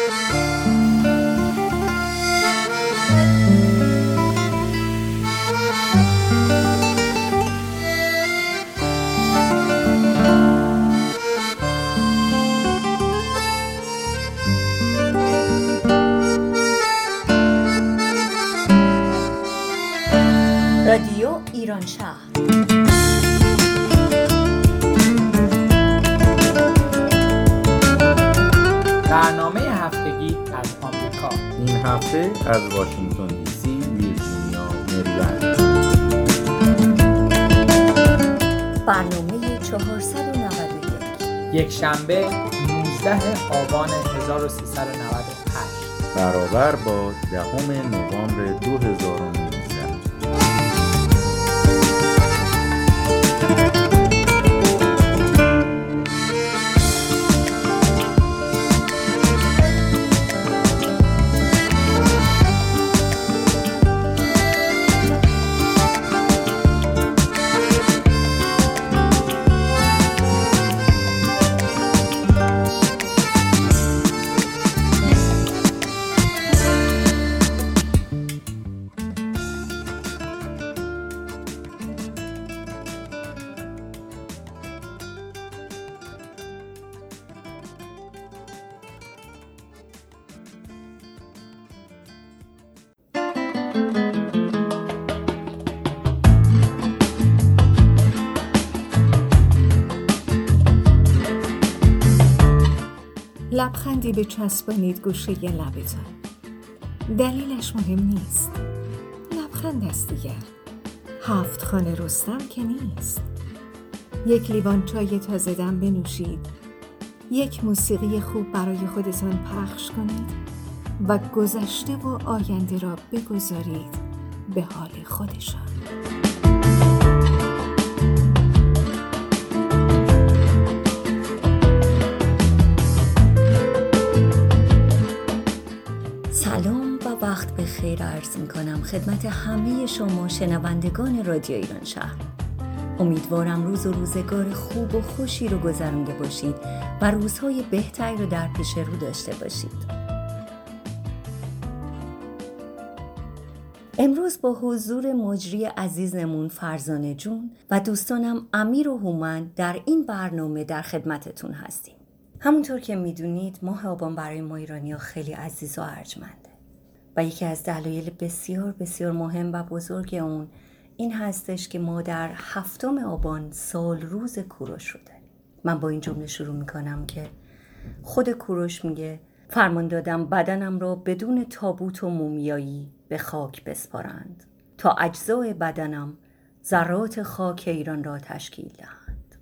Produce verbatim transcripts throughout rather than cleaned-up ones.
رادیو ایران شهر. برنامه هفتگی از آمریکا. این هفته از واشنگتن دی سی، ویرجینیا، مریلند. برنامه چهارصد و نود و یک، یک شنبه نوزده آبان هزار و سیصد و نود و هشت برابر با دهم نوامبر دو هزار و نوزده. لبخندی به چسبانید گوشه لبتان. دلیلش مهم نیست، لبخند است دیگر. هفت خانه رستم که نیست. یک لیوان چای تازه دم بنوشید، یک موسیقی خوب برای خودتان پخش کنید و گذشته و آینده را بگذارید به حال خودشان. سلام و وقت بخیر عرض می‌کنم خدمت همه شما شنوندگان رادیو ایران شهر. امیدوارم روز و روزگار خوب و خوشی رو گذرونده باشید و روزهای بهتری رو در پیش رو داشته باشید. امروز با حضور مجری عزیزمون فرزانه جون و دوستانم امیر و هومن در این برنامه در خدمتتون هستیم. همونطور که میدونید ماه آبان برای ما ایرانی‌ها خیلی عزیز و ارجمنده و یکی از دلایل بسیار بسیار مهم و بزرگ اون این هستش که ما در هفتم آبان سال روز کوروش رو داریم. من با این جمله شروع میکنم که خود کوروش میگه فرمان دادم بدنم را بدون تابوت و مومیایی به خاک بسپارند تا اجزای بدنم ذرات خاک ایران را تشکیل دهند.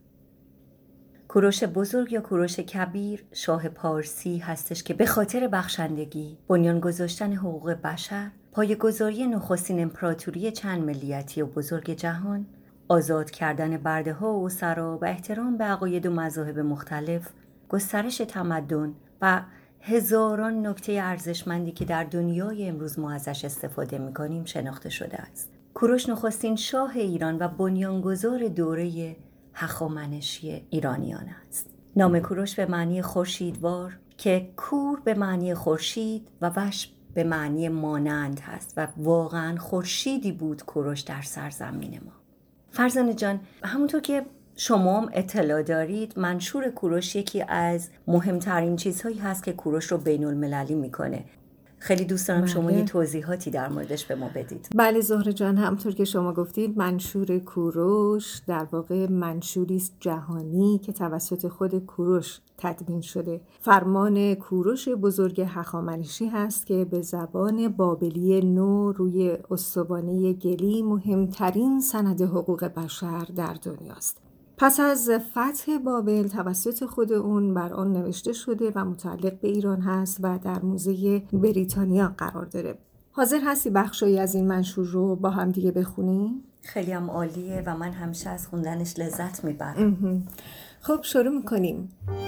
کوروش بزرگ یا کوروش کبیر شاه پارسی هستش که به خاطر بخشندگی، بنیان گذاشتن حقوق بشر، پایه‌گذاری نخستین امپراتوری چند ملیتی و بزرگ جهان، آزاد کردن برده‌ها و اسرا و احترام به عقاید و مذاهب مختلف، گسترش تمدن و هزاران نکته ارزشمندی که در دنیای امروز ما ازش استفاده می‌کنیم شناخته شده است. کوروش نخستین شاه ایران و بنیانگذار دوره هخامنشی ایرانیان است. نام کوروش به معنی خورشیدوار که کور به معنی خورشید و وش به معنی مانند هست و واقعا خورشیدی بود کوروش در سرزمین ما. فرزانه جان، همونطور که شما هم اطلاع دارید منشور کوروش یکی از مهمترین چیزهایی هست که کوروش رو بین المللی میکنه. خیلی دوست دارم بله. شما یه توضیحاتی در موردش به ما بدید. بله زهره جان، همونطور که شما گفتید منشور کوروش در واقع منشوری است جهانی که توسط خود کوروش تدوین شده. فرمان کوروش بزرگ هخامنشی هست که به زبان بابلی نو روی استوانه گلی مهمترین سند حقوق بشر در دنیاست. پس از فتح بابل توسط خود اون بر آن نوشته شده و متعلق به ایران هست و در موزه بریتانیا قرار داره. حاضر هستی بخشایی از این منشور رو با هم دیگه بخونیم؟ خیلی هم عالیه و من همیشه از خوندنش لذت میبرم. خب شروع میکنیم.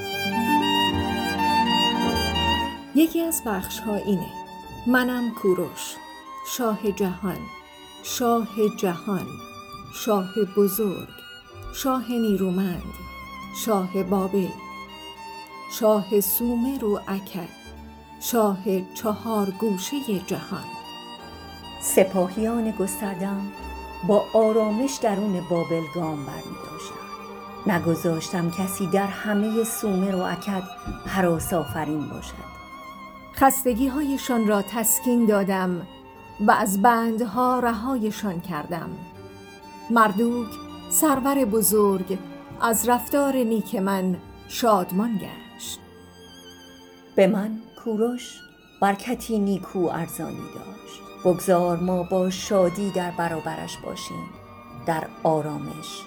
یکی از بخش ها اینه: منم کوروش، شاه جهان، شاه جهان، شاه بزرگ، شاه نیرومند، شاه بابل، شاه سومر و اکد، شاه چهار گوشه جهان. سپاهیان گستردم با آرامش درون بابل گام برمی داشتم. نگذاشتم کسی در همه سومر و اکد هراس آفرین باشد. خستگی هایشان را تسکین دادم و از بندها رهایشان کردم. مردوک سرور بزرگ از رفتار نیک من شادمان گشت. به من کوروش برکتی نیکو ارزانی داشت. بگذار ما با شادی در برابرش باشیم، در آرامش.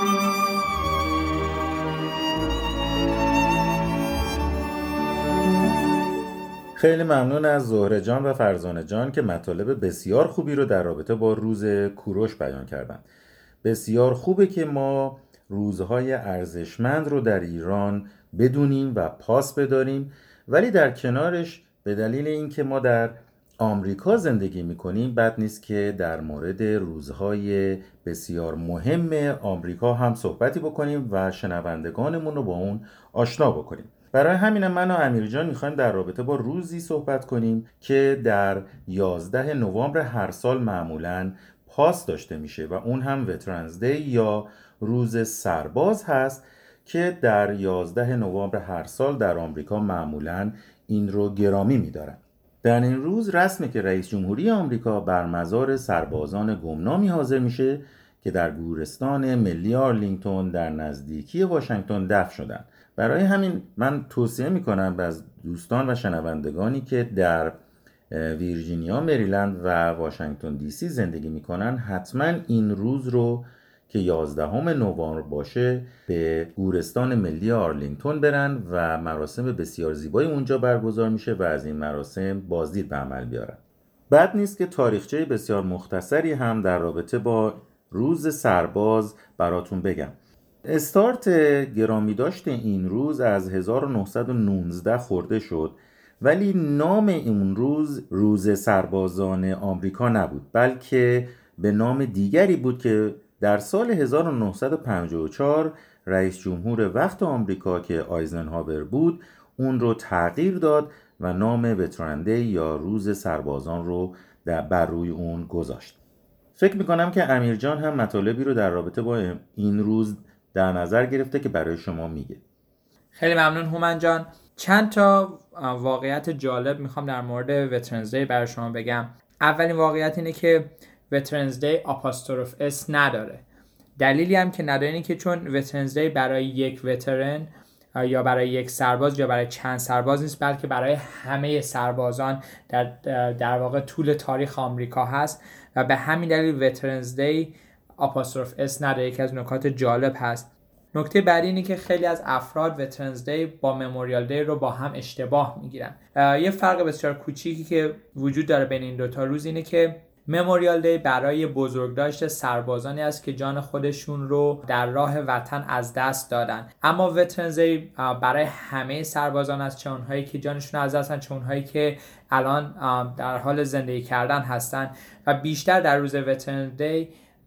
خیلی ممنون از زهره جان و فرزانه جان که مطالب بسیار خوبی رو در رابطه با روز کوروش بیان کردند. بسیار خوبه که ما روزهای ارزشمند رو در ایران بدونیم و پاس بداریم، ولی در کنارش به دلیل اینکه ما در آمریکا زندگی میکنیم بد نیست که در مورد روزهای بسیار مهم آمریکا هم صحبتی بکنیم و شنوندگانمون رو با اون آشنا بکنیم. برای همین من و امیر جان میخوایم در رابطه با روزی صحبت کنیم که در یازده نوامبر هر سال معمولاً پاس داشته میشه و اون هم وترنز دی یا روز سرباز هست که در یازده نوامبر هر سال در آمریکا معمولاً این رو گرامی میدارن. در این روز رسمه که رئیس جمهوری آمریکا بر مزار سربازان گمنامی حاضر میشه که در گورستان ملی آرلینگتون در نزدیکی واشنگتن دفن شدن. برای همین من توصیه میکنم از دوستان و شنوندگانی که در ویرجینیا، مریلند و واشنگتن دی سی زندگی میکنن حتما این روز رو که یازدهم نوامبر باشه به گورستان ملی آرلینگتون برن و مراسم بسیار زیبایی اونجا برگزار میشه و از این مراسم بازدید به عمل بیارن. بد نیست که تاریخچه بسیار مختصری هم در رابطه با روز سرباز براتون بگم. استارت گرامی داشت این روز از هزار و نهصد و نوزده خورده شد، ولی نام این روز روز سربازان آمریکا نبود، بلکه به نام دیگری بود که در سال هزار و نهصد و پنجاه و چهار رئیس جمهور وقت آمریکا که آیزنهاور بود اون رو تغییر داد و نام وترن دی یا روز سربازان رو در بر روی اون گذاشت. فکر میکنم که امیر جان هم مطالبی رو در رابطه با این روز در نظر گرفته که برای شما میگه. خیلی ممنون هومن جان. چند تا واقعیت جالب میخوام در مورد وترنز دی برای شما بگم. اولین واقعیت اینه که وترنز دی آپاستروف اس نداره. دلیلی هم که نداره اینه که چون وترنز دی برای یک وترن یا برای یک سرباز یا برای چند سرباز نیست، بلکه برای همه سربازان در در واقع طول تاریخ آمریکا هست و به همین دلیل وترنز دی آپاستروف اس نداره. یکی از نکات جالب هست. نکته بعدی اینه که خیلی از افراد وترنز دی با مموریال دی رو با هم اشتباه میگیرن. یه فرق بسیار کوچیکی که وجود داره بین این دوتا روز اینه که مموریال دی برای بزرگداشت سربازانی است که جان خودشون رو در راه وطن از دست دادن، اما وترنز دی برای همه سربازان است، چه اونهایی که جانشون از دست دادن چه اونهایی که الان در حال زندگی کردن هستن. و بیشتر در روز وترنز دی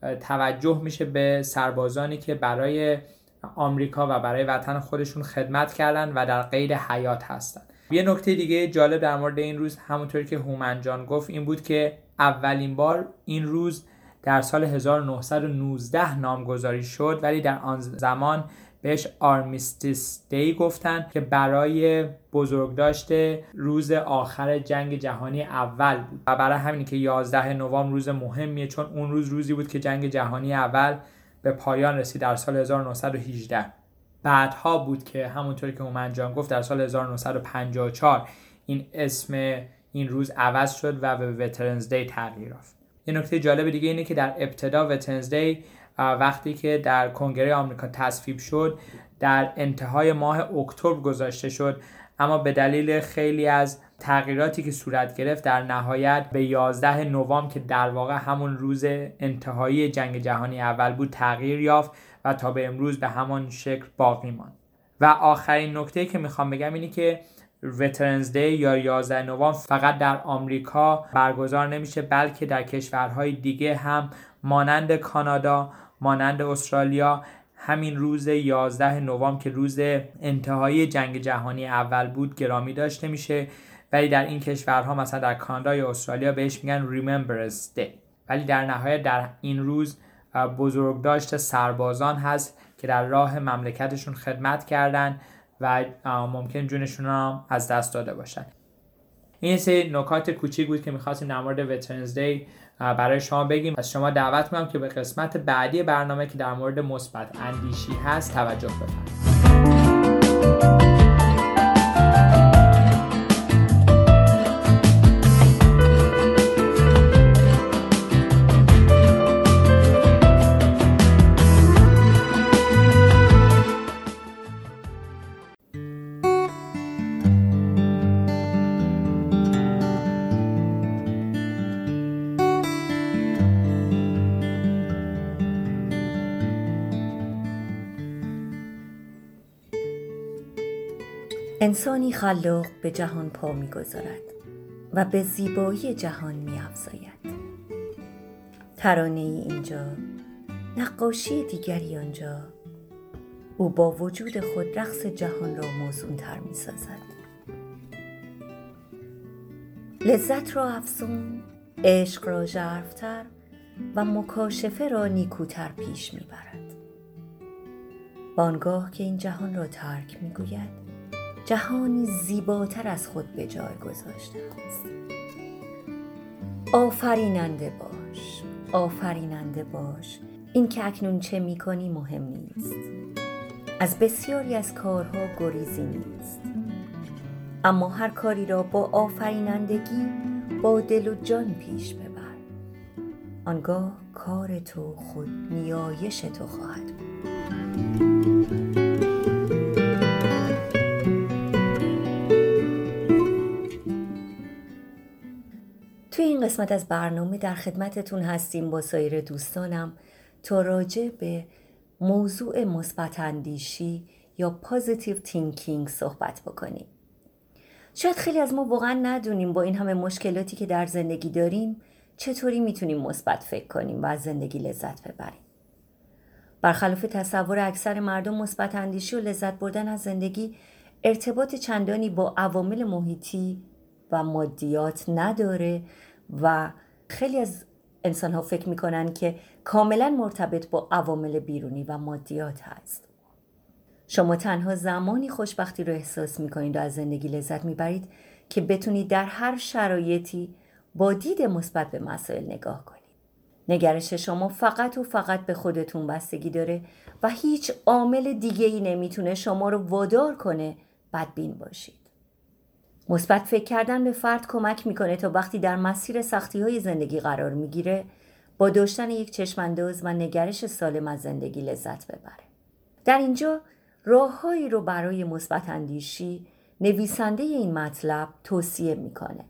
توجه میشه به سربازانی که برای آمریکا و برای وطن خودشون خدمت کردن و در قید حیات هستن. یه نکته دیگه جالب در مورد این روز همونطوری که هومن جان گفت این بود که اولین بار این روز در سال هزار و نهصد و نوزده نامگذاری شد، ولی در آن زمان بهش آرمیستیس دی گفتن که برای بزرگداشت روز آخر جنگ جهانی اول بود و برای همین که یازده نوامبر روز مهمیه، چون اون روز روزی بود که جنگ جهانی اول به پایان رسید در سال هزار و نهصد و هجده. بعدها بود که همونطوری که هومن جان گفت در سال هزار و نهصد و پنجاه و چهار این اسم این روز عوض شد و به وترنز دی تغییر یافت. یه نکته جالب دیگه اینه که در ابتدا وترنز دی وقتی که در کنگره آمریکا تصویب شد در انتهای ماه اکتبر گذاشته شد، اما به دلیل خیلی از تغییراتی که صورت گرفت در نهایت به یازده نوامبر که در واقع همون روز انتهایی جنگ جهانی اول بود تغییر یافت و تا به امروز به همان شکل باقی ماند. و آخرین نکته که میخوام بگم اینه که وترنز دی یا یازده نوامبر فقط در آمریکا برگزار نمیشه، بلکه در کشورهای دیگه هم مانند کانادا، مانند استرالیا همین روز یازده نوامبر که روز انتهای جنگ جهانی اول بود گرامی داشته میشه. ولی در این کشورها مثلا در کانادا یا استرالیا بهش میگن Remembrance Day. ولی در نهایت در این روز بزرگداشت سربازان هست که در راه مملکتشون خدمت کردن و ممکن جونشون رو از دست داده باشن. این سه نکات کوچیک بود که می‌خواستیم در مورد وترنز دی برای شما بگیم. از شما دعوت می‌کنم که به قسمت بعدی برنامه که در مورد مثبت اندیشی هست توجه بفرمایید. انسانی خلاق به جهان پا می گذارد و به زیبایی جهان می افزاید. ترانه ای اینجا، نقاشی دیگری آنجا، او با وجود خود رقص جهان را موزون تر می سازد. لذت را افزون، عشق را ژرف‌تر و مکاشفه را نیکوتر پیش می برد. بانگاه که این جهان را ترک می گوید، جهانی زیباتر از خود به جای گذاشته است. آفریننده باش، آفریننده باش. این که اکنون چه می کنی مهم نیست. از بسیاری از کارها گریزی نیست. اما هر کاری را با آفرینندگی با دل و جان پیش ببر. آنگاه کار تو خود نیایش تو خواهد بود. توی این قسمت از برنامه در خدمتتون هستیم با سایر دوستانم تا راجع به موضوع مثبت اندیشی یا پازیتیو تینکینگ صحبت بکنیم. شاید خیلی از ما واقعا ندونیم با این همه مشکلاتی که در زندگی داریم چطوری میتونیم مثبت فکر کنیم و از زندگی لذت ببریم. برخلاف تصور اکثر مردم، مثبت اندیشی و لذت بردن از زندگی ارتباط چندانی با عوامل محیطی و مادیات نداره و خیلی از انسان ها فکر میکنن که کاملا مرتبط با عوامل بیرونی و مادیات هست. شما تنها زمانی خوشبختی رو احساس میکنید و از زندگی لذت میبرید که بتونید در هر شرایطی با دید مثبت به مسائل نگاه کنید. نگرش شما فقط و فقط به خودتون بستگی داره و هیچ عامل دیگه‌ای نمیتونه شما رو وادار کنه بدبین باشید. مثبت فکر کردن به فرد کمک میکنه تا وقتی در مسیر سختی‌های زندگی قرار میگیره با داشتن یک چشمانداز و نگرش سالم از زندگی لذت ببره. در اینجا راههایی رو برای مثبت اندیشی نویسنده این مطلب توصیه میکنه.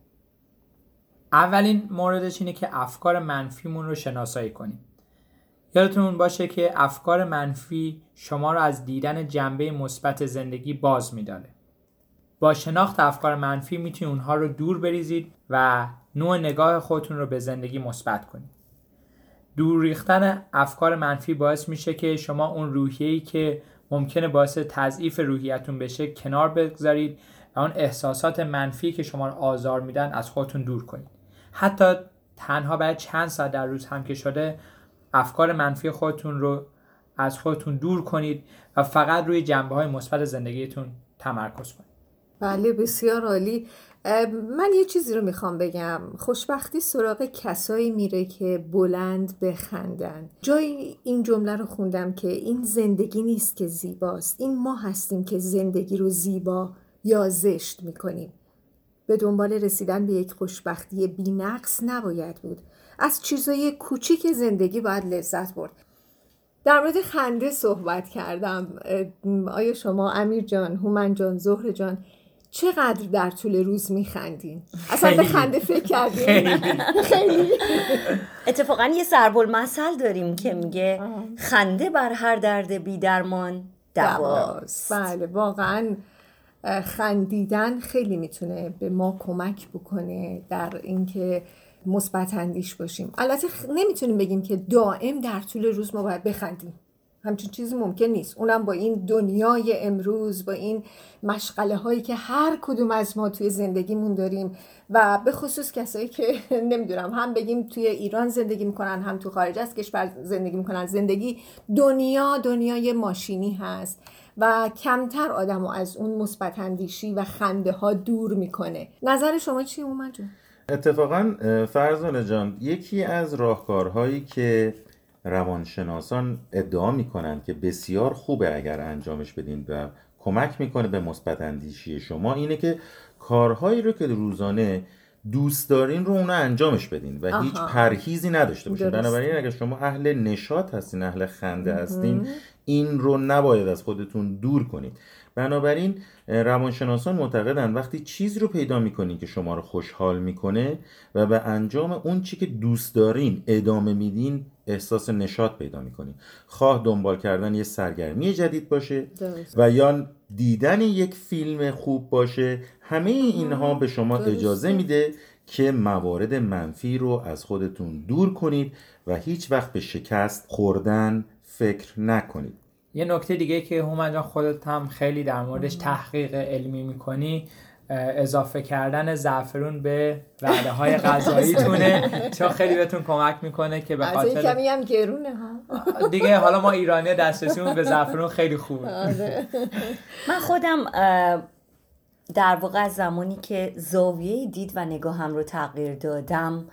اولین موردش اینه که افکار منفیمون رو شناسایی کنیم. یادتون باشه که افکار منفی شما رو از دیدن جنبه مثبت زندگی باز می‌داره. با شناخت افکار منفی میتونید اونها رو دور بریزید و نوع نگاه خودتون رو به زندگی مثبت کنید. دور ریختن افکار منفی باعث میشه که شما اون روحیه‌ای که ممکنه باعث تضعیف روحیتون بشه کنار بگذارید و اون احساسات منفی که شما رو آزار میدن از خودتون دور کنید. حتی تنها برای چند ساعت در روز هم که شده افکار منفی خودتون رو از خودتون دور کنید و فقط روی جنبه‌های مثبت زندگیتون تمرکز کنید. بله، بسیار عالی. من یه چیزی رو میخوام بگم. خوشبختی سراغ کسایی میره که بلند بخندن. جای این جمله رو خوندم که این زندگی نیست که زیباست، این ما هستیم که زندگی رو زیبا یا زشت میکنیم. به دنبال رسیدن به یک خوشبختی بی نقص نباید بود. از چیزای کوچیک زندگی باید لذت برد. در مورد خنده صحبت کردم. آیا شما امیر جان، هومن جان، زهره جان چقدر در طول روز میخندین؟ اصلا به خنده فکر کردین؟ خیلی. خیلی. اتفاقا یه ضرب المثل داریم که میگه خنده بر هر درد بی درمان دواست. بله، واقعا خندیدن خیلی میتونه به ما کمک بکنه در اینکه مثبت اندیش باشیم. البته نمیتونیم بگیم که دائم در طول روز ما باید بخندیم. همچین چیزی ممکن نیست، اونم با این دنیای امروز، با این مشغله هایی که هر کدوم از ما توی زندگیمون داریم و به خصوص کسایی که نمیدونم هم بگیم توی ایران زندگی میکنن هم تو خارج از کشور زندگی میکنن. زندگی دنیا دنیای ماشینی هست و کمتر آدمو از اون مثبت اندیشی و خنده ها دور میکنه. نظر شما چیه اومد جون؟ اتفاقا فرزانه جان، یکی از راهکارهایی که روانشناسان ادعا میکنن که بسیار خوبه اگر انجامش بدین و کمک میکنه به مثبت اندیشی شما، اینه که کارهایی رو که روزانه دوست دارین رو اونا انجامش بدین و آها. هیچ پرهیزی نداشته باشین. بنابراین اگر شما اهل نشاط هستین، اهل خنده هستین، این رو نباید از خودتون دور کنید. بنابراین روانشناسان معتقدن وقتی چیز رو پیدا میکنین که شما رو خوشحال میکنه و به انجام اون چی که دوست دارین ادامه میدین، احساس نشاط پیدا میکنین. خواه دنبال کردن یه سرگرمی جدید باشه درست. و یا دیدن یک فیلم خوب باشه، همه اینها به شما درست. اجازه میده که موارد منفی رو از خودتون دور کنید و هیچ وقت به شکست خوردن فکر نکنید. یه نکته دیگه که هومن جان خودت هم خیلی در موردش تحقیق علمی میکنی، اضافه کردن زعفرون به وعده های غذاییتونه، چون خیلی بهتون کمک میکنه که به خاطر کمی هم گرونه ها دیگه. حالا ما ایرانی دسترسیمون به زعفرون خیلی خوبه. من خودم در واقع از زمانی که زاویه دید و نگاهم رو تغییر دادم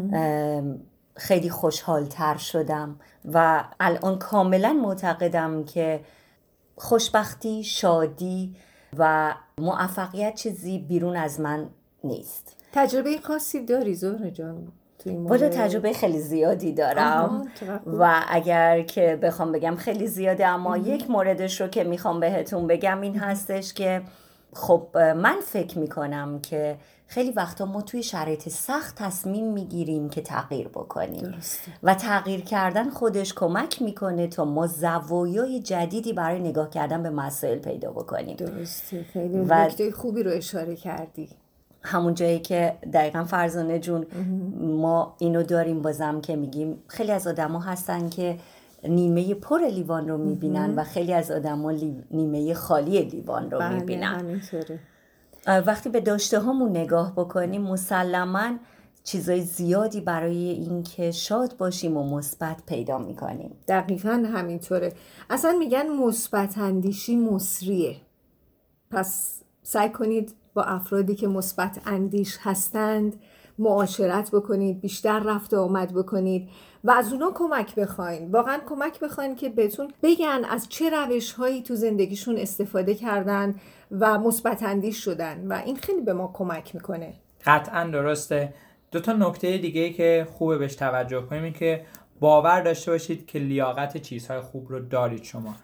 خیلی خوشحالتر شدم و الان کاملا معتقدم که خوشبختی، شادی و موفقیت چیزی بیرون از من نیست. تجربه خاصی داری زهره جان؟ والا تجربه خیلی زیادی دارم و اگر که بخوام بگم خیلی زیاده، اما ام. یک موردش رو که میخوام بهتون بگم این هستش که خب من فکر میکنم که خیلی وقتا ما توی شرایط سخت تصمیم میگیریم که تغییر بکنیم درسته. و تغییر کردن خودش کمک میکنه تا ما زوایای جدیدی برای نگاه کردن به مسائل پیدا بکنیم. درسته، خیلی نکته خوبی رو اشاره کردی. همون جایی که دقیقاً فرزانه جون ما اینو داریم بازم که میگیم خیلی از آدما هستن که نیمه پر لیوان رو میبینن و خیلی از آدما لی... نیمه خالی لیوان رو بله میبینن. همینطوره. وقتی به داشته هامون نگاه بکنیم مسلماً چیزای زیادی برای این که شاد باشیم و مثبت پیدا میکنیم. دقیقاً همینطوره. اصلا میگن مثبت اندیشی مصریه، پس سعی کنید با افرادی که مثبت اندیش هستند معاشرت بکنید، بیشتر رفت و آمد بکنید و از اونا کمک بخواین. واقعا کمک بخواین که بهتون بگن از چه روش‌هایی تو زندگیشون استفاده کردن و مثبت اندیش شدن و این خیلی به ما کمک میکنه. قطعا درسته. دو تا نکته دیگه که خوبه بهش توجه کنیم این که باور داشته باشید که لیاقت چیزهای خوب رو دارید شما.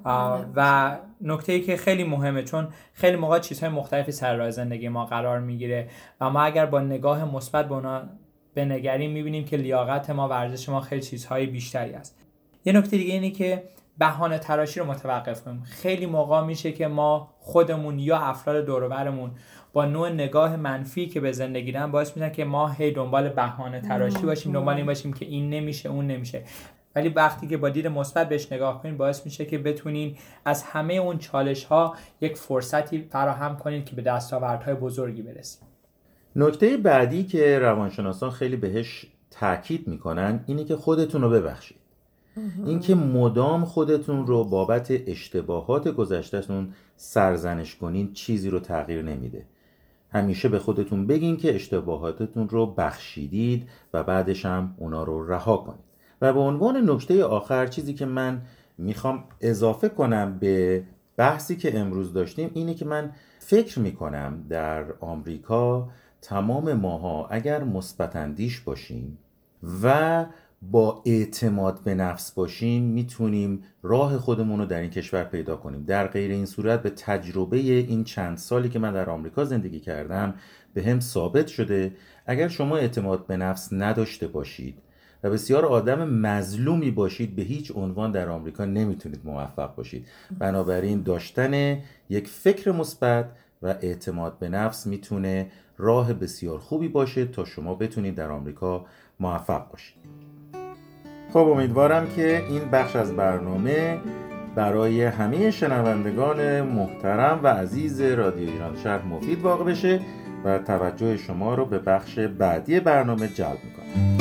و نکته‌ای که خیلی مهمه، چون خیلی موقع چیزهای مختلفی سر راه زندگی ما قرار میگیره و ما اگر با نگاه مثبت به اونا بنگریم میبینیم که لیاقت ما، ورزش ما خیلی چیزهای بیشتری است. یه نکته دیگه اینه که بهانه تراشی رو متوقف کنیم. خیلی موقع میشه که ما خودمون یا افراد دور و برمون با نوع نگاه منفی که به زندگی دارن باعث میشن که ما هی دنبال بهانه تراشی باشیم، دنبال این باشیم که این نمیشه اون نمیشه. ولی وقتی که با دید مثبت بهش نگاه کنین باعث میشه که بتونین از همه اون چالش ها یک فرصتی فراهم کنین که به دستاوردهای بزرگی برسید. نکته بعدی که روانشناسان خیلی بهش تاکید میکنن اینه که خودتون رو ببخشید. این که مدام خودتون رو بابت اشتباهات گذشته‌تون سرزنش کنین چیزی رو تغییر نمیده. همیشه به خودتون بگین که اشتباهاتتون رو بخشیدید و بعدش هم اونا رو رها کنید. و به عنوان نکته آخر چیزی که من میخوام اضافه کنم به بحثی که امروز داشتیم اینه که من فکر میکنم در آمریکا تمام ماها اگر مثبت اندیش باشیم و با اعتماد به نفس باشیم میتونیم راه خودمون رو در این کشور پیدا کنیم. در غیر این صورت به تجربه این چند سالی که من در آمریکا زندگی کردم به هم ثابت شده اگر شما اعتماد به نفس نداشته باشید و بسیار آدم مظلومی باشید به هیچ عنوان در آمریکا نمیتونید موفق باشید. بنابراین داشتن یک فکر مثبت و اعتماد به نفس میتونه راه بسیار خوبی باشه تا شما بتونید در آمریکا موفق باشید. خب امیدوارم که این بخش از برنامه برای همه شنوندگان محترم و عزیز رادیو ایران شهر مفید واقع بشه و توجه شما رو به بخش بعدی برنامه جلب میکنم.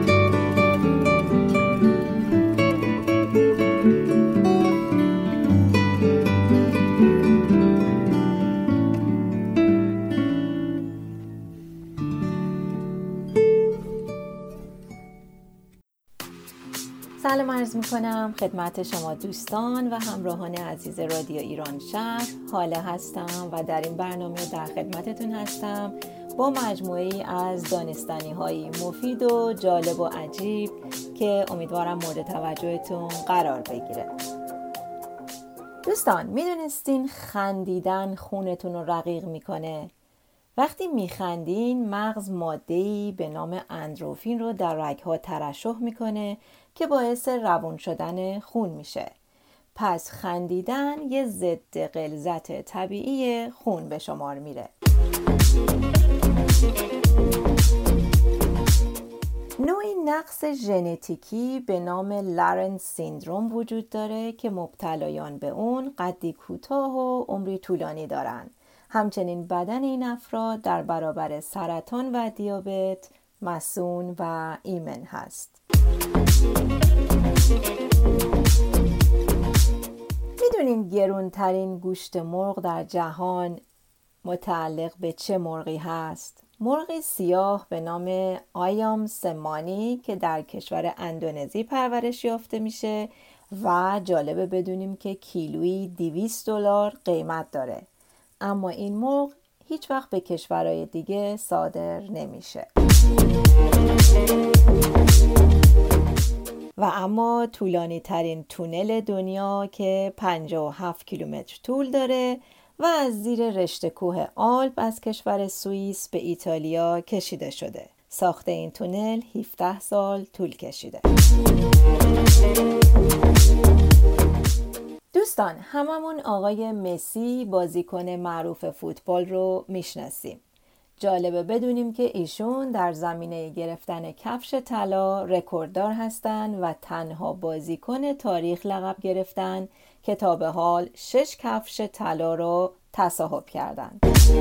سلام عرض میکنم خدمت شما دوستان و همراهان عزیز رادیو ایران شهر. حاله هستم و در این برنامه در خدمتتون هستم با مجموعه ای از دانستنی های مفید و جالب و عجیب که امیدوارم مورد توجهتون قرار بگیره. دوستان، میدونستین خندیدن خونتون رو رقیق میکنه؟ وقتی میخندین مغز ماده‌ای به نام اندروفین رو در رگ‌ها ترشح میکنه که باعث روون شدن خون میشه. پس خندیدن یه ضد غلظت طبیعی خون به شمار میره. نوعی نقص ژنتیکی به نام لارنس سیندروم وجود داره که مبتلایان به اون قدی کوتاه و عمری طولانی دارن. همچنین بدن این افراد در برابر سرطان و دیابت مسون و ایمن هست. میدونین گرونترین گوشت مرغ در جهان متعلق به چه مرغی هست؟ مرغی سیاه به نام آیام سمانی که در کشور اندونزی پرورش یافته میشه و جالبه بدونیم که کیلویی دویست دلار قیمت داره. اما این مرغ هیچ وقت به کشورهای دیگه صادر نمیشه. و اما طولانی ترین تونل دنیا که پنجاه و هفت کیلومتر طول داره و از زیر رشته کوه آلپ از کشور سوئیس به ایتالیا کشیده شده. ساخت این تونل هفده سال طول کشیده. دوستان، هممون آقای مسی بازیکن معروف فوتبال رو میشناسیم. جالبه بدونیم که ایشون در زمینه گرفتن کفش طلا رکورددار هستن و تنها بازیکن تاریخ لقب گرفتن که تا به حال شش کفش طلا رو تصاحب کردن.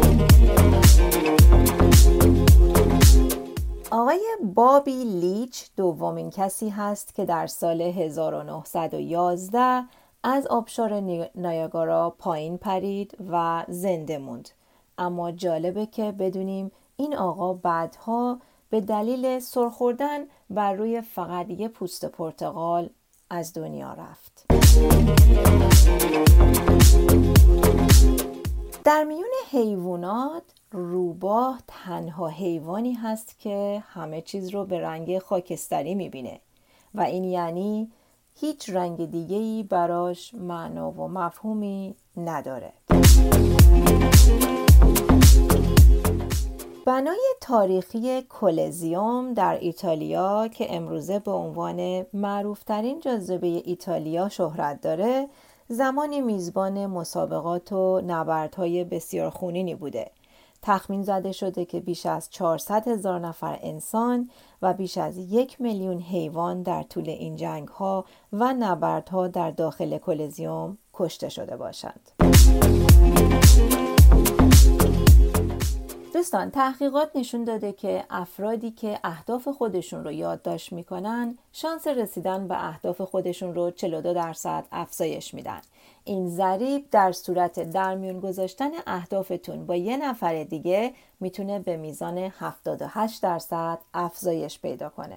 آقای بابی لیچ دومین کسی هست که در سال هزار و نهصد و یازده از آبشار نیاگارا پایین پرید و زنده موند. اما جالبه که بدونیم این آقا بعدها به دلیل سر خوردن بر روی فقط یه پوست پرتقال از دنیا رفت. در میون حیوانات روباه تنها حیوانی هست که همه چیز رو به رنگ خاکستری میبینه و این یعنی هیچ رنگ دیگه‌ای براش معنا و مفهومی نداره. بنای تاریخی کولزیوم در ایتالیا که امروزه به عنوان معروفترین جاذبه ایتالیا شهرت داره، زمانی میزبان مسابقات و نبردهای بسیار خونینی بوده. تخمین زده شده که بیش از چهارصد هزار نفر انسان و بیش از یک میلیون حیوان در طول این جنگ‌ها و نبردها در داخل کولزیوم کشته شده باشند. دوستان، تحقیقات نشون داده که افرادی که اهداف خودشون رو یادداشت میکنن شانس رسیدن به اهداف خودشون رو چهل و دو درصد افزایش میدن. این ضریب در صورت درمیون گذاشتن اهدافتون با یه نفر دیگه میتونه به میزان هفتاد و هشت درصد افزایش پیدا کنه.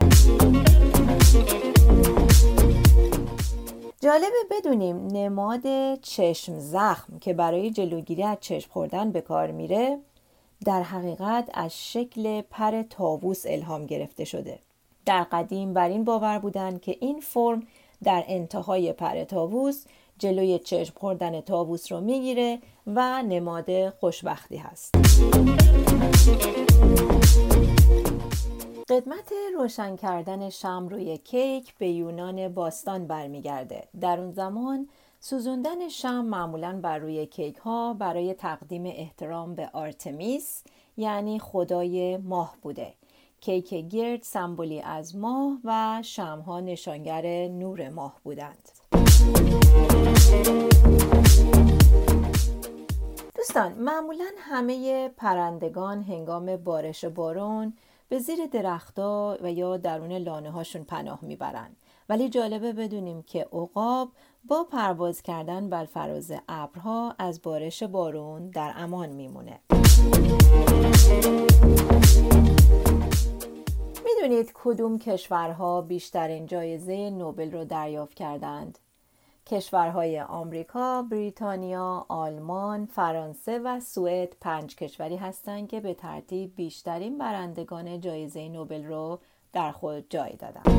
جالبه بدونیم نماد چشم زخم که برای جلوگیری از چشم خوردن به کار میره در حقیقت از شکل پر طاووس الهام گرفته شده. در قدیم بر این باور بودند که این فرم در انتهای پر طاووس جلوی چشم خوردن طاووس رو میگیره و نماد خوشبختی هست. قدمت روشن کردن شمع روی کیک به یونان باستان برمیگرده. در اون زمان سوزوندن شمع معمولاً بر روی کیک ها برای تقدیم احترام به آرتمیس یعنی خدای ماه بوده. کیک گرد سمبولی از ماه و شمع‌ها نشانگر نور ماه بودند. دوستان، معمولاً همه پرندگان هنگام بارش بارون به زیر درخت‌ها و یا درون لانه‌هاشون پناه میبرند. ولی جالبه بدونیم که عقاب با پرواز کردن بر فراز ابرها از بارش بارون در امان میمونه. میدونید کدوم کشورها بیشترین جایزه نوبل رو دریافت کردند؟ کشورهای آمریکا، بریتانیا، آلمان، فرانسه و سوئد پنج کشوری هستند که به ترتیب بیشترین برندگان جایزه نوبل رو در خود جای دادند.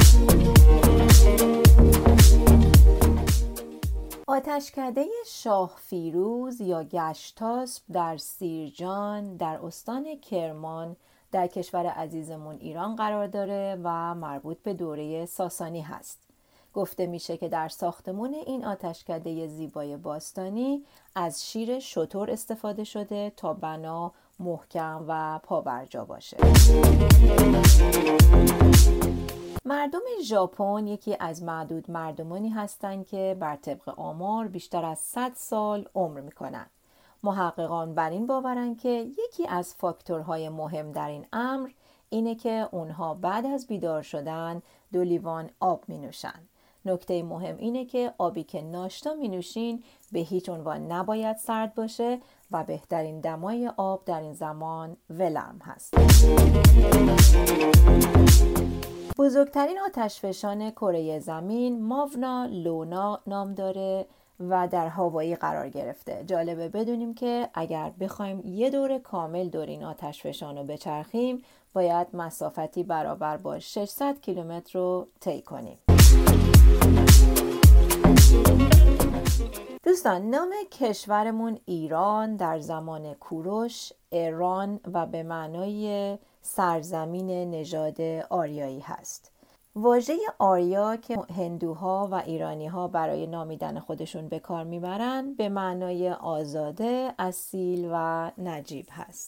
آتشکده شاه فیروز یا گشتاسپ در سیرجان در استان کرمان در کشور عزیزمون ایران قرار داره و مربوط به دوره ساسانی هست. گفته میشه که در ساختمان این آتشکده زیبای باستانی از شیر شتر استفاده شده تا بنا محکم و پابرجا باشه. مردم ژاپن یکی از معدود مردمانی هستند که بر طبق آمار بیشتر از صد سال عمر میکنن. محققان بر این باورن که یکی از فاکتورهای مهم در این امر اینه که اونها بعد از بیدار شدن دو لیوان آب می نوشن. نکته مهم اینه که آبی که ناشتا می نوشین به هیچ عنوان نباید سرد باشه و بهترین دمای آب در این زمان ولرم هست. بزرگترین آتشفشان کره زمین ماونا لونا نام داره و در هاوایی قرار گرفته. جالبه بدونیم که اگر بخوایم یه دور کامل دور این آتشفشان رو بچرخیم باید مسافتی برابر با ششصد کیلومتر رو طی کنیم. دوستان، نام کشورمون ایران در زمان کوروش ایران و به معنای سرزمین نژاد آریایی هست. واژه آریا که هندوها و ایرانیها برای نامیدن خودشون به کار میبرن به معنای آزاده، اصیل و نجیب هست.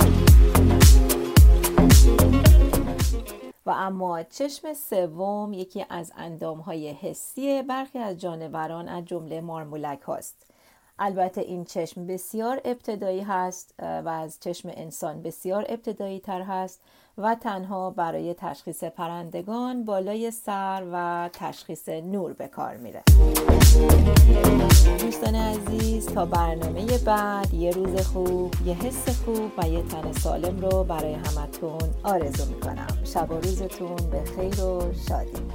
و اما چشم سوم یکی از اندامهای حسی برخی از جانوران از جمله مارمولک هاست. البته این چشم بسیار ابتدایی هست و از چشم انسان بسیار ابتدایی تر هست و تنها برای تشخیص پرندگان بالای سر و تشخیص نور به کار میره. دوستان عزیز، تا برنامه بعد یه روز خوب، یه حس خوب و یه تن سالم رو برای همتون آرزو میکنم. شب و روزتون به خیر و شادی.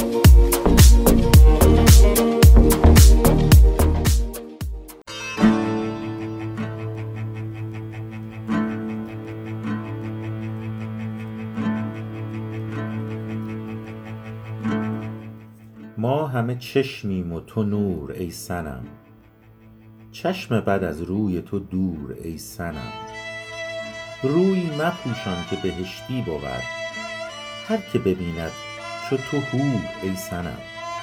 ما همه چشمیم و تو نور ای صنم، چشم بد از روی تو دور ای صنم. روی مپوشان که بهشتی بود، هر که ببیند چو تو حور ای صنم.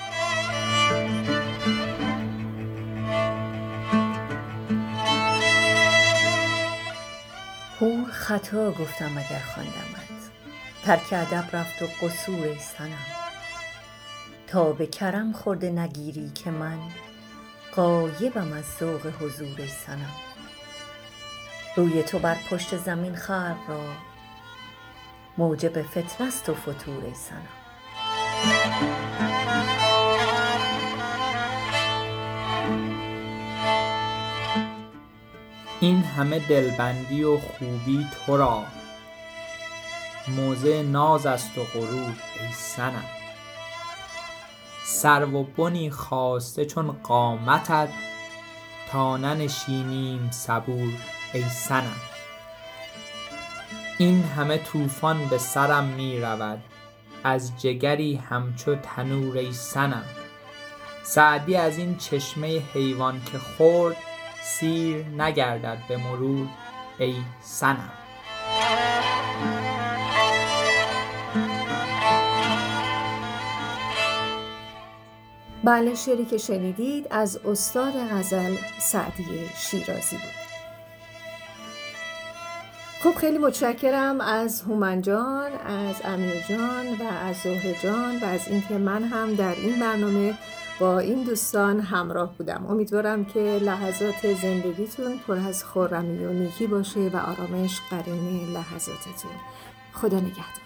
حور خطا گفتم اگر خواندمت، ترک ادب رفت و قصور ای صنم. تا به کرم خورده نگیری که من، غایبم از ذوق حضور ای صنم. روی تو بر پشت زمین خلق را، موجب فتنه است و فتور ای صنم. این همه دلبندی و خوبی تو را، موضع ناز است و غرور ای صنم. سرو و بنی خاسته چون قامتت، تا ننشینیم صبور ای صنم. این همه طوفان به سرم می رود، از جگری همچو تنور ای صنم. سعدی از این چشمه حیوان که خورد، سیر نگردد به مرور ای صنم. بله، شعری که شنیدید از استاد غزل سعدی شیرازی بود. خب خیلی متشکرم از هومن جان، از امیر جان و از زهره جان و از اینکه من هم در این برنامه با این دوستان همراه بودم. امیدوارم که لحظات زندگیتون پر از خرمی و نیکی باشه و آرامش قرین لحظاتتون. خدا نگهدار.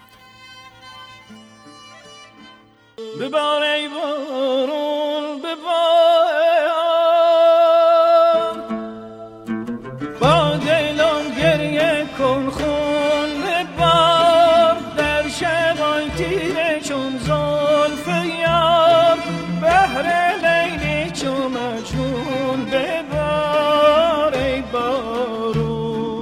ببار ای بارون ببار، با دلم گریه کن خون ببار، در شبای تیره چون زلف یار، بهر لیلی چون مجنون ببار ای بارون.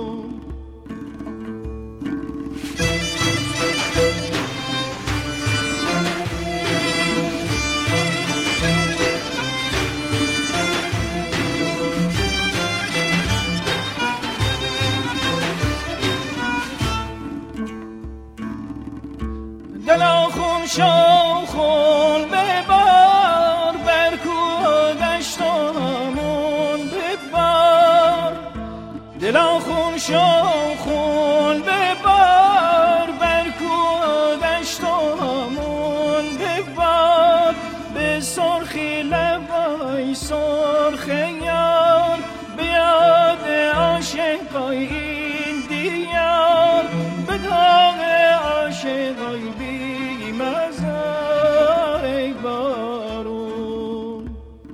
دلا خون شو خون ببار، بر کوه دشت و همون ببار. دلا خون شو خون ببار، بر کوه دشت و همون ببار. به سرخی لبای سرخ یار، به یاد عاشقای این دیار، به داغ عاشقای بی مزار ای بارون.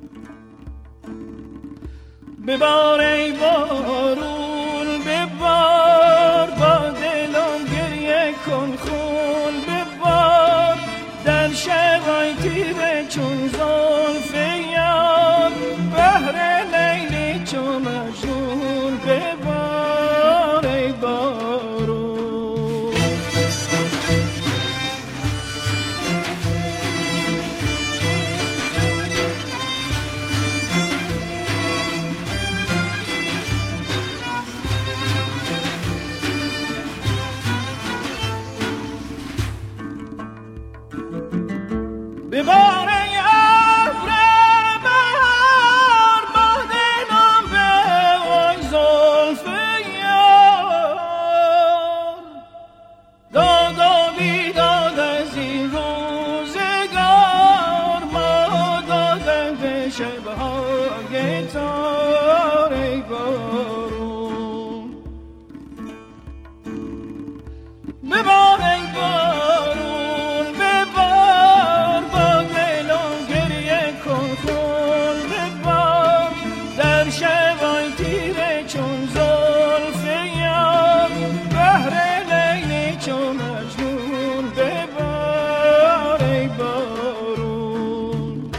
ببار ای بارون ببار، با دلم گریه کن خون ببار، در شبای تیره چون زلف یار، بهر لیلی چون مجنون ببار ای بارون. ببار ای ابر بهار، با دلم بوای زلف یار، داد و بیداد از این روزگار، ما دادن به شبهای تار ای بارون. ببار ای بارون ببار، با دلم گریه کن خون ببار، در شبای تیره چون زلف یار، بهر لیلی چون مجنون ببار ای بارون.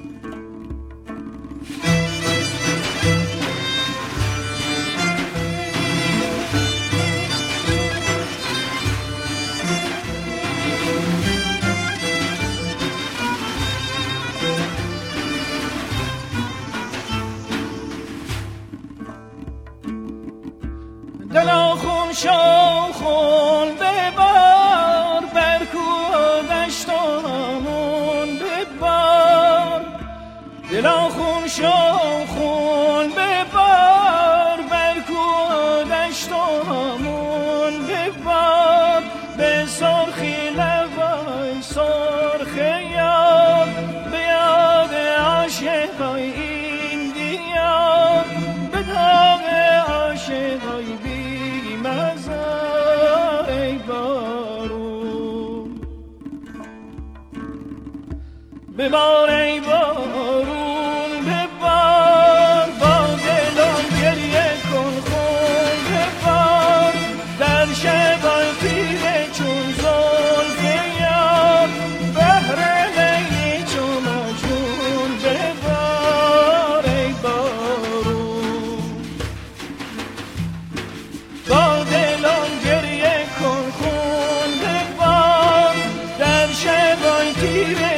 دلا خون شو خون ببار، بر کوه دشت و همون ببار. دلا خون شو خون ببار، بر کوه دشت و همون ببار. به سرخی لبای سرخ یار، به یاد عاشقای این دیار، به داغ عاشقای بی مزار ای بارون. ببار ای بارون ببار، با دلم گریه کن خون ببار، در شبای تیره چون زلف یار، بهر لیلی چون مجنون ببار ای بارون. با دلم گریه کن خون ببار، در شبای تیره